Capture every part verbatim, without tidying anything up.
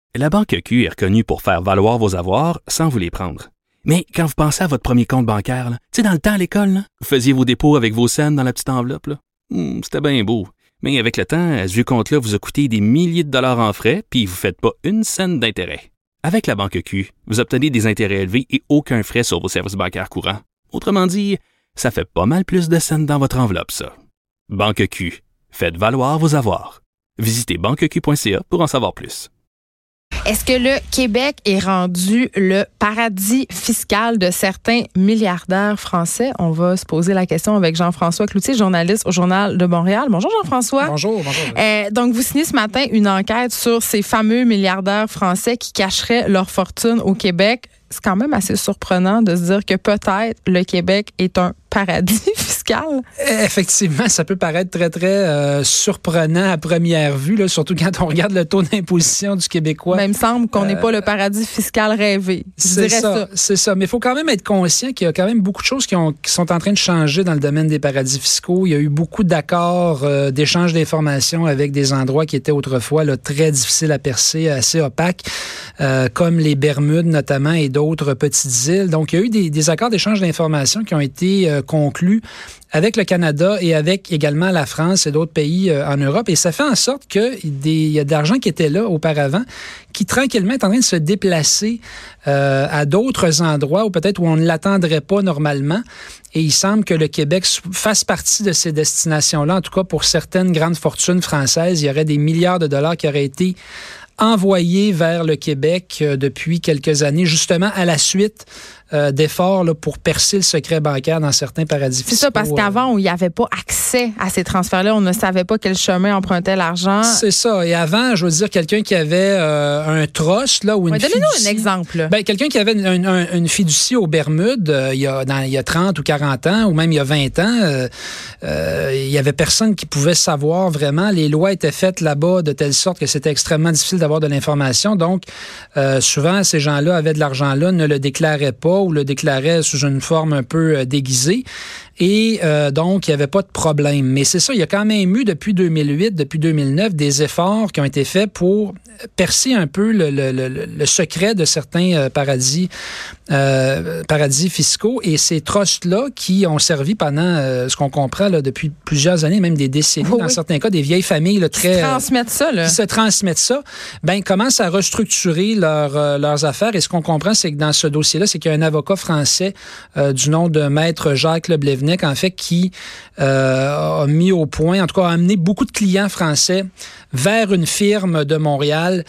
La Banque Q est reconnue pour faire valoir vos avoirs sans vous les prendre. Mais quand vous pensez à votre premier compte bancaire, tu sais, dans le temps à l'école, là, vous faisiez vos dépôts avec vos scènes dans la petite enveloppe. Là. Hum, c'était bien beau. Mais avec le temps, ce vieux compte-là vous a coûté des milliers de dollars en frais, puis vous ne faites pas une scène d'intérêt. Avec la Banque Q, vous obtenez des intérêts élevés et aucun frais sur vos services bancaires courants. Autrement dit, ça fait pas mal plus de scènes dans votre enveloppe, ça. Banque Q. Faites valoir vos avoirs. Visitez banque q point c a pour en savoir plus. Est-ce que le Québec est rendu le paradis fiscal de certains milliardaires français? On va se poser la question avec Jean-François Cloutier, journaliste au Journal de Montréal. Bonjour Jean-François. Bonjour, bonjour. Euh, donc, vous signez ce matin une enquête sur ces fameux milliardaires français qui cacheraient leur fortune au Québec. C'est quand même assez surprenant de se dire que peut-être le Québec est un paradis fiscal. Effectivement, ça peut paraître très, très euh, surprenant à première vue, là, surtout quand on regarde le taux d'imposition du Québécois. Mais il me semble qu'on n'est euh, pas le paradis fiscal rêvé. Je c'est dirais ça, ça. C'est ça. Mais il faut quand même être conscient qu'il y a quand même beaucoup de choses qui, ont, qui sont en train de changer dans le domaine des paradis fiscaux. Il y a eu beaucoup d'accords, euh, d'échanges d'informations avec des endroits qui étaient autrefois là, très difficiles à percer, assez opaques, euh, comme les Bermudes notamment et d'autres petites îles. Donc, il y a eu des, des accords d'échange d'informations qui ont été euh, conclus avec le Canada et avec également la France et d'autres pays euh, en Europe. Et ça fait en sorte qu'il y a de l'argent qui était là auparavant, qui tranquillement est en train de se déplacer euh, à d'autres endroits où peut-être où on ne l'attendrait pas normalement. Et il semble que le Québec fasse partie de ces destinations-là. En tout cas, pour certaines grandes fortunes françaises, il y aurait des milliards de dollars qui auraient été envoyés vers le Québec euh, depuis quelques années, justement à la suite euh, d'efforts là, pour percer le secret bancaire dans certains paradis fiscaux. C'est ça, parce qu'avant, il n'y avait pas accès à ces transferts-là. On ne savait pas quel chemin empruntait l'argent. C'est ça. Et avant, je veux dire, quelqu'un qui avait euh, un trust là, ou une ouais, fiducie... Donnez-nous un exemple. Ben, quelqu'un qui avait une, une, une fiducie aux Bermudes euh, il, y a, dans, il y a trente ou quarante ans, ou même il y a vingt ans, euh, euh, il n'y avait personne qui pouvait savoir vraiment. Les lois étaient faites là-bas de telle sorte que c'était extrêmement difficile d'avoir de l'information. Donc, euh, souvent, ces gens-là avaient de l'argent-là, ne le déclaraient pas ou le déclaraient sous une forme un peu euh, déguisée. Et euh, donc, il n'y avait pas de problème. Mais c'est ça, il y a quand même eu depuis deux mille huit, depuis deux mille neuf, des efforts qui ont été faits pour percer un peu le, le, le, le secret de certains euh, paradis, euh, paradis fiscaux. Et ces trusts-là qui ont servi pendant, euh, ce qu'on comprend là, depuis plusieurs années, même des décennies, oh, dans oui. certains cas, des vieilles familles là, très... Qui se transmettent ça, là. Qui se transmettent ça, ben commencent à restructurer leur, euh, leurs affaires. Et ce qu'on comprend, c'est que dans ce dossier-là, c'est qu'il y a un avocat français euh, du nom de Maître Jacques Leblevenec, en fait, qui euh, a mis au point, en tout cas, a amené beaucoup de clients français vers une firme de Montréal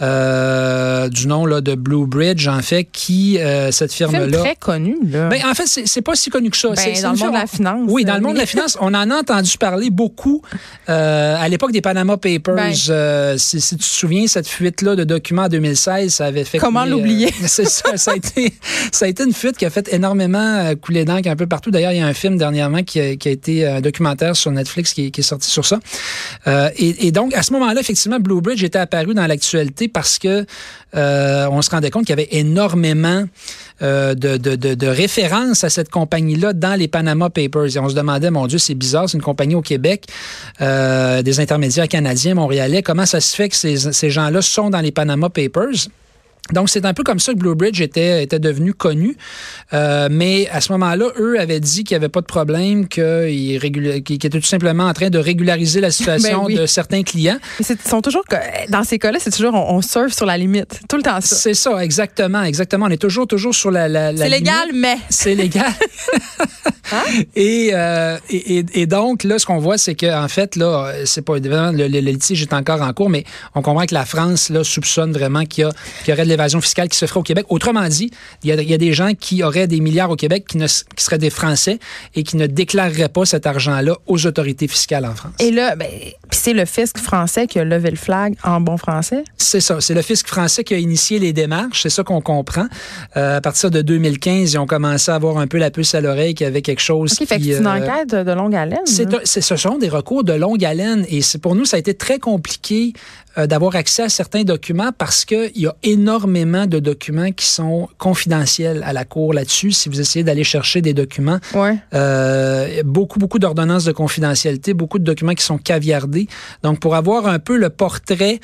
euh, du nom là, de Blue Bridge, en fait, qui, euh, cette firme-là... C'est très connu, là. Ben, en fait, c'est, c'est pas si connu que ça. Ben, c'est, c'est dans le monde de la finance. Oui, dans le monde de la finance, on en a entendu parler beaucoup euh, à l'époque des Panama Papers. Ben. Euh, si, si tu te souviens, cette fuite-là de documents en deux mille seize, ça avait fait... Comment couler, l'oublier? Euh, c'est ça, ça a, été, ça a été une fuite qui a fait énormément couler d'encre un peu partout. D'ailleurs, il y a un film dernièrement qui a, qui a été un documentaire sur Netflix qui, qui est sorti sur ça. Euh, et, et donc, à ce moment-là, effectivement, Blue Bridge était apparu dans l'actualité parce que euh, on se rendait compte qu'il y avait énormément euh, de, de, de, de références à cette compagnie-là dans les Panama Papers. Et on se demandait, mon Dieu, c'est bizarre, c'est une compagnie au Québec, euh, des intermédiaires canadiens, montréalais. Comment ça se fait que ces, ces gens-là sont dans les Panama Papers? Donc, c'est un peu comme ça que Blue Bridge était, était devenu connu. Euh, mais à ce moment-là, eux avaient dit qu'il n'y avait pas de problème, qu'ils, régula- qu'ils étaient tout simplement en train de régulariser la situation ben oui. de certains clients. Mais c'est, sont toujours, dans ces cas-là, c'est toujours, on, on surfe sur la limite. Tout le temps ça. C'est ça, exactement, exactement. On est toujours, toujours sur la, la, la c'est limite. légal, mais... C'est légal. hein? et, euh, et, et, et donc, là, ce qu'on voit, c'est qu'en fait, là, c'est pas évidemment, le, le, le litige est encore en cours, mais on comprend que la France, là, soupçonne vraiment qu'il y, a, qu'il y aurait de l'évasion fiscale qui se ferait au Québec. Autrement dit, il y, a, il y a des gens qui auraient des milliards au Québec qui, ne, qui seraient des Français et qui ne déclareraient pas cet argent-là aux autorités fiscales en France. Et là, ben, puis c'est le fisc français qui a levé le flag en bon français? C'est ça. C'est le fisc français qui a initié les démarches. C'est ça qu'on comprend. Euh, à partir de deux mille quinze, ils ont commencé à avoir un peu la puce à l'oreille qu'il y avait quelque chose okay, qui... Fait que c'est une euh, enquête de longue haleine. C'est, c'est, ce sont des recours de longue haleine. Et c'est, pour nous, ça a été très compliqué euh, d'avoir accès à certains documents parce qu'il y a énormément de documents qui sont confidentiels à la Cour là-dessus. Si vous essayez d'aller chercher des documents, ouais. euh, beaucoup, beaucoup d'ordonnances de confidentialité, beaucoup de documents qui sont caviardés. Donc, pour avoir un peu le portrait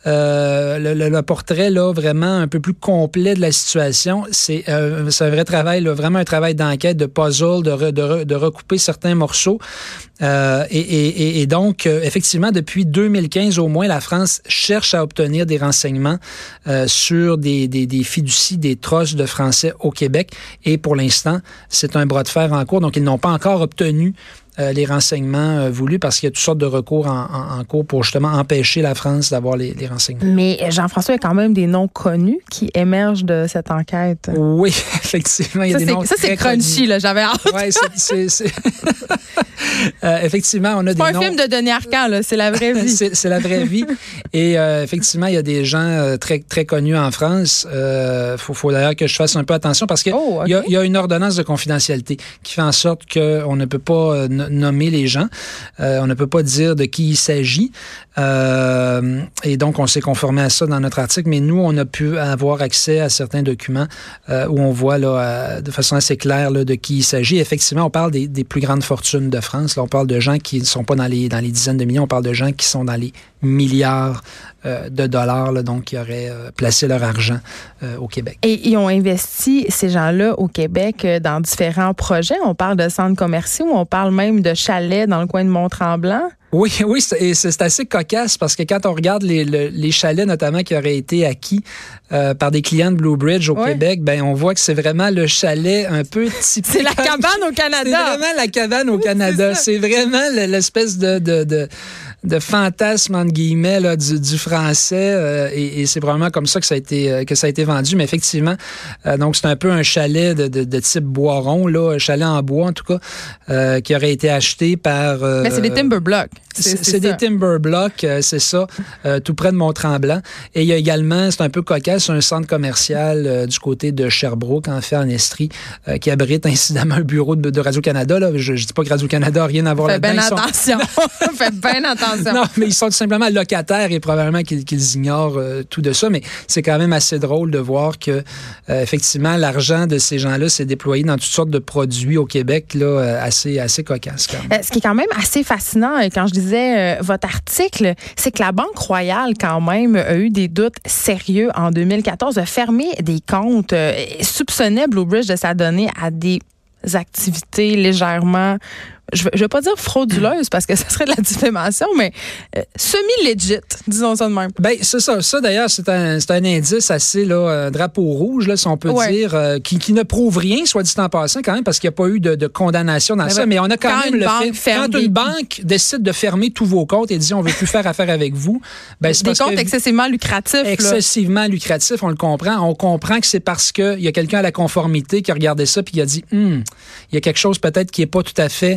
euh, le, le, le portrait là vraiment un peu plus complet de la situation. C'est, euh, c'est un vrai travail, là, vraiment un travail d'enquête, de puzzle, de, re, de, re, de recouper certains morceaux. Euh, et, et, et donc, euh, effectivement, depuis deux mille quinze au moins, la France cherche à obtenir des renseignements euh, sur des, des, des fiducies, des trusts de Français au Québec. Et pour l'instant, c'est un bras de fer en cours. Donc, ils n'ont pas encore obtenu Euh, les renseignements euh, voulus parce qu'il y a toutes sortes de recours en, en, en cours pour justement empêcher la France d'avoir les, les renseignements. Mais Jean-François, il y a quand même des noms connus qui émergent de cette enquête. Oui, effectivement, il y a ça, des noms Ça, c'est crunchy, connus. Là, j'avais hâte. Oui, c'est... c'est, c'est... euh, effectivement, on a c'est des pas noms... un film de Denis Arcand, là, c'est la vraie vie. c'est, c'est la vraie vie. Et euh, effectivement, il y a des gens euh, très, très connus en France. Il euh, faut, faut d'ailleurs que je fasse un peu attention parce qu'il oh, okay. y, a, y a une ordonnance de confidentialité qui fait en sorte qu'on ne peut pas euh, nommer les gens. Euh, on ne peut pas dire de qui il s'agit. Euh, et donc, on s'est conformé à ça dans notre article. Mais nous, on a pu avoir accès à certains documents euh, où on voit là, euh, de façon assez claire là, de qui il s'agit. Effectivement, on parle des, des plus grandes fortunes de France. Là, on parle de gens qui ne sont pas dans les, dans les dizaines de millions. On parle de gens qui sont dans les milliards euh, de dollars, là, donc qui auraient euh, placé leur argent euh, au Québec. Et ils ont investi, ces gens-là, au Québec euh, dans différents projets. On parle de centres commerciaux, on parle même de chalets dans le coin de Mont-Tremblant. Oui, oui, c'est, c'est assez cocasse parce que quand on regarde les, les, les chalets notamment qui auraient été acquis euh, par des clients de Blue Bridge au oui. Québec, ben on voit que c'est vraiment le chalet un peu typique. C'est la cabane au Canada. C'est vraiment la cabane au oui, Canada. C'est, c'est vraiment l'espèce de, de, de de fantasme entre guillemets là, du, du français euh, et, et c'est probablement comme ça que ça a été euh, que ça a été vendu, mais effectivement euh, donc c'est un peu un chalet de, de, de type boiron là, un chalet en bois en tout cas euh, qui aurait été acheté par euh, mais c'est des timber blocks. C'est, c'est, c'est des timber blocks, euh, c'est ça, euh, tout près de Mont-Tremblant. Et il y a également, c'est un peu cocasse, un centre commercial euh, du côté de Sherbrooke, en fait, en Estrie, euh, qui abrite incidemment un bureau de, de Radio-Canada. Là. Je ne dis pas que Radio-Canada n'a rien à voir là-dedans. Faites bien attention. Sont... Faites bien attention. Non, mais ils sont tout simplement locataires et probablement qu'ils, qu'ils ignorent euh, tout de ça. Mais c'est quand même assez drôle de voir que, euh, effectivement, l'argent de ces gens-là s'est déployé dans toutes sortes de produits au Québec, là, euh, assez, assez cocasse. Quand même. Euh, ce qui est quand même assez fascinant, quand je disais Euh, votre article, c'est que la Banque Royale, quand même, a eu des doutes sérieux en deux mille quatorze, a fermé des comptes, euh, soupçonnait Blue Bridge de s'adonner à des activités légèrement, je ne vais pas dire frauduleuse parce que ça serait de la diffamation, mais euh, semi-legit, disons ça de même. Bien, c'est ça. Ça, d'ailleurs, c'est un, c'est un indice assez, là, euh, drapeau rouge, là, si on peut ouais. dire, euh, qui, qui ne prouve rien, soit dit en passant, quand même, parce qu'il n'y a pas eu de, de condamnation dans mais ça. Ben, mais on a quand, quand même le fait. Quand une banque décide de fermer tous vos comptes et dit on ne veut plus faire affaire avec vous, ben, c'est des parce comptes que, excessivement lucratifs. Excessivement là. lucratifs, on le comprend. On comprend que c'est parce qu'il y a quelqu'un à la conformité qui a regardé ça et qui a dit hm, il y a quelque chose peut-être qui n'est pas tout à fait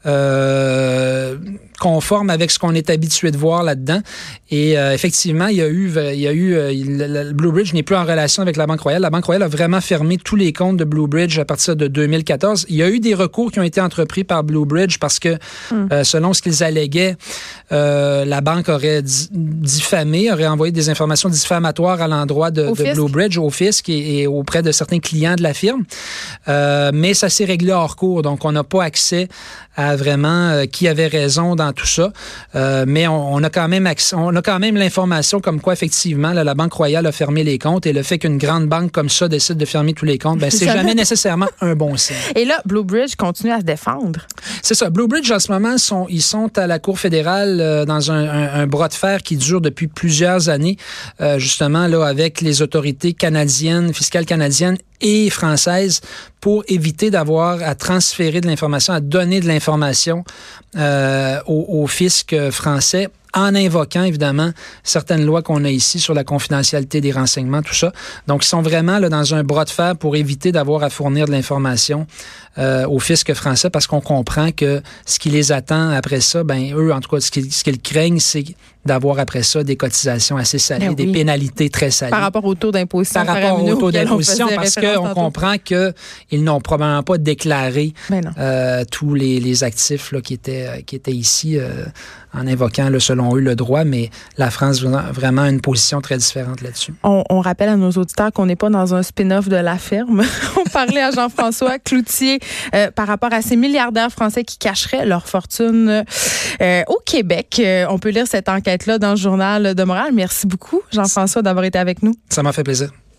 Euh, conforme avec ce qu'on est habitué de voir là-dedans. Et euh, effectivement, il y a eu, il y a eu euh, le, le Blue Bridge n'est plus en relation avec la Banque Royale. La Banque Royale a vraiment fermé tous les comptes de Blue Bridge à partir de deux mille quatorze. Il y a eu des recours qui ont été entrepris par Blue Bridge parce que, mm. euh, selon ce qu'ils alléguaient, euh, la banque aurait di- diffamé, aurait envoyé des informations diffamatoires à l'endroit de, de Blue Bridge, au fisc et, et auprès de certains clients de la firme. Euh, mais ça s'est réglé hors cours, donc on n'a pas accès à vraiment euh, qui avait raison dans tout ça. Euh, mais on, on a quand même accès, on a quand même l'information comme quoi, effectivement, là, la Banque Royale a fermé les comptes et le fait qu'une grande banque comme ça décide de fermer tous les comptes, ben, c'est jamais nécessairement un bon signe. Et là, Blue Bridge continue à se défendre. C'est ça. Blue Bridge, en ce moment, sont, ils sont à la Cour fédérale euh, dans un, un, un bras de fer qui dure depuis plusieurs années, euh, justement, là, avec les autorités canadiennes, fiscales canadiennes et françaises pour éviter d'avoir à transférer de l'information, à donner de l'information euh, au, au fisc français, en invoquant, évidemment, certaines lois qu'on a ici sur la confidentialité des renseignements, tout ça. Donc, ils sont vraiment là dans un bras de fer pour éviter d'avoir à fournir de l'information euh, au fisc français parce qu'on comprend que ce qui les attend après ça, ben eux, en tout cas, ce qu'ils, ce qu'ils craignent, c'est d'avoir après ça des cotisations assez salées, oui. des pénalités très salées. Par rapport au taux d'imposition. Par rapport au taux d'imposition, parce qu'on comprend qu'ils n'ont probablement pas déclaré euh, tous les, les actifs là, qui, étaient, qui étaient ici euh, en invoquant, là, selon eux, le droit, mais la France a vraiment une position très différente là-dessus. On, on rappelle à nos auditeurs qu'on n'est pas dans un spin-off de La Ferme. On parlait à Jean-François Cloutier euh, par rapport à ces milliardaires français qui cacheraient leur fortune euh, au Québec. Euh, on peut lire cette enquête enquête-là dans le Journal de Montréal. Merci beaucoup, Jean-François, d'avoir été avec nous. Ça m'a fait plaisir.